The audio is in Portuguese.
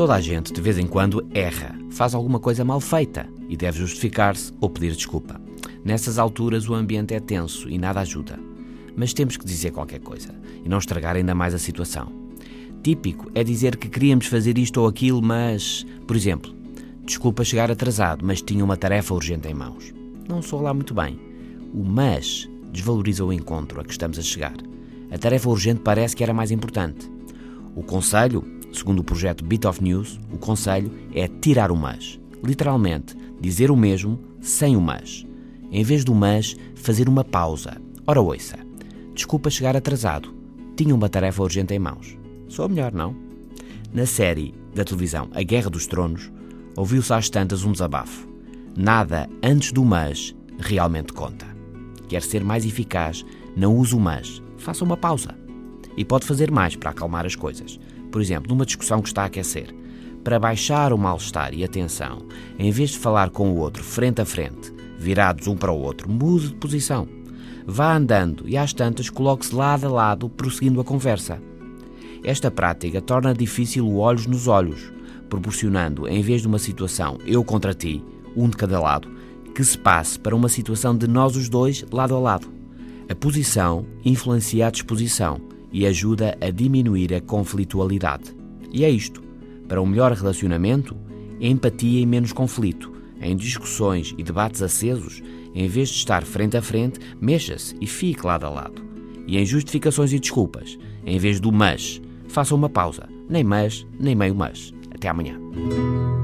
Toda a gente, de vez em quando, erra, faz alguma coisa mal feita e deve justificar-se ou pedir desculpa. Nessas alturas o ambiente é tenso e nada ajuda. Mas temos que dizer qualquer coisa e não estragar ainda mais a situação. Típico é dizer que queríamos fazer isto ou aquilo, mas... Por exemplo, desculpa chegar atrasado, mas tinha uma tarefa urgente em mãos. Não soa lá muito bem. O mas desvaloriza o encontro a que estamos a chegar. A tarefa urgente parece que era mais importante. O conselho, segundo o projeto Bit of News, o conselho é tirar o mas. Literalmente, dizer o mesmo sem o mas. Em vez do mas, fazer uma pausa. Ora ouça, desculpa chegar atrasado, tinha uma tarefa urgente em mãos. Sou melhor, não? Na série da televisão A Guerra dos Tronos, ouviu-se às tantas um desabafo. Nada antes do mas realmente conta. Quer ser mais eficaz, não use o mas, faça uma pausa. E pode fazer mais para acalmar as coisas. Por exemplo, numa discussão que está a aquecer. Para baixar o mal-estar e a tensão, em vez de falar com o outro frente a frente, virados um para o outro, mude de posição. Vá andando e às tantas coloque-se lado a lado, prosseguindo a conversa. Esta prática torna difícil o olhos nos olhos, proporcionando, em vez de uma situação eu contra ti, um de cada lado, que se passe para uma situação de nós os dois, lado a lado. A posição influencia a disposição e ajuda a diminuir a conflitualidade. E é isto. Para um melhor relacionamento, empatia e menos conflito. Em discussões e debates acesos, em vez de estar frente a frente, mexa-se e fique lado a lado. E em justificações e desculpas, em vez do mas, faça uma pausa. Nem mas, nem meio mas. Até amanhã.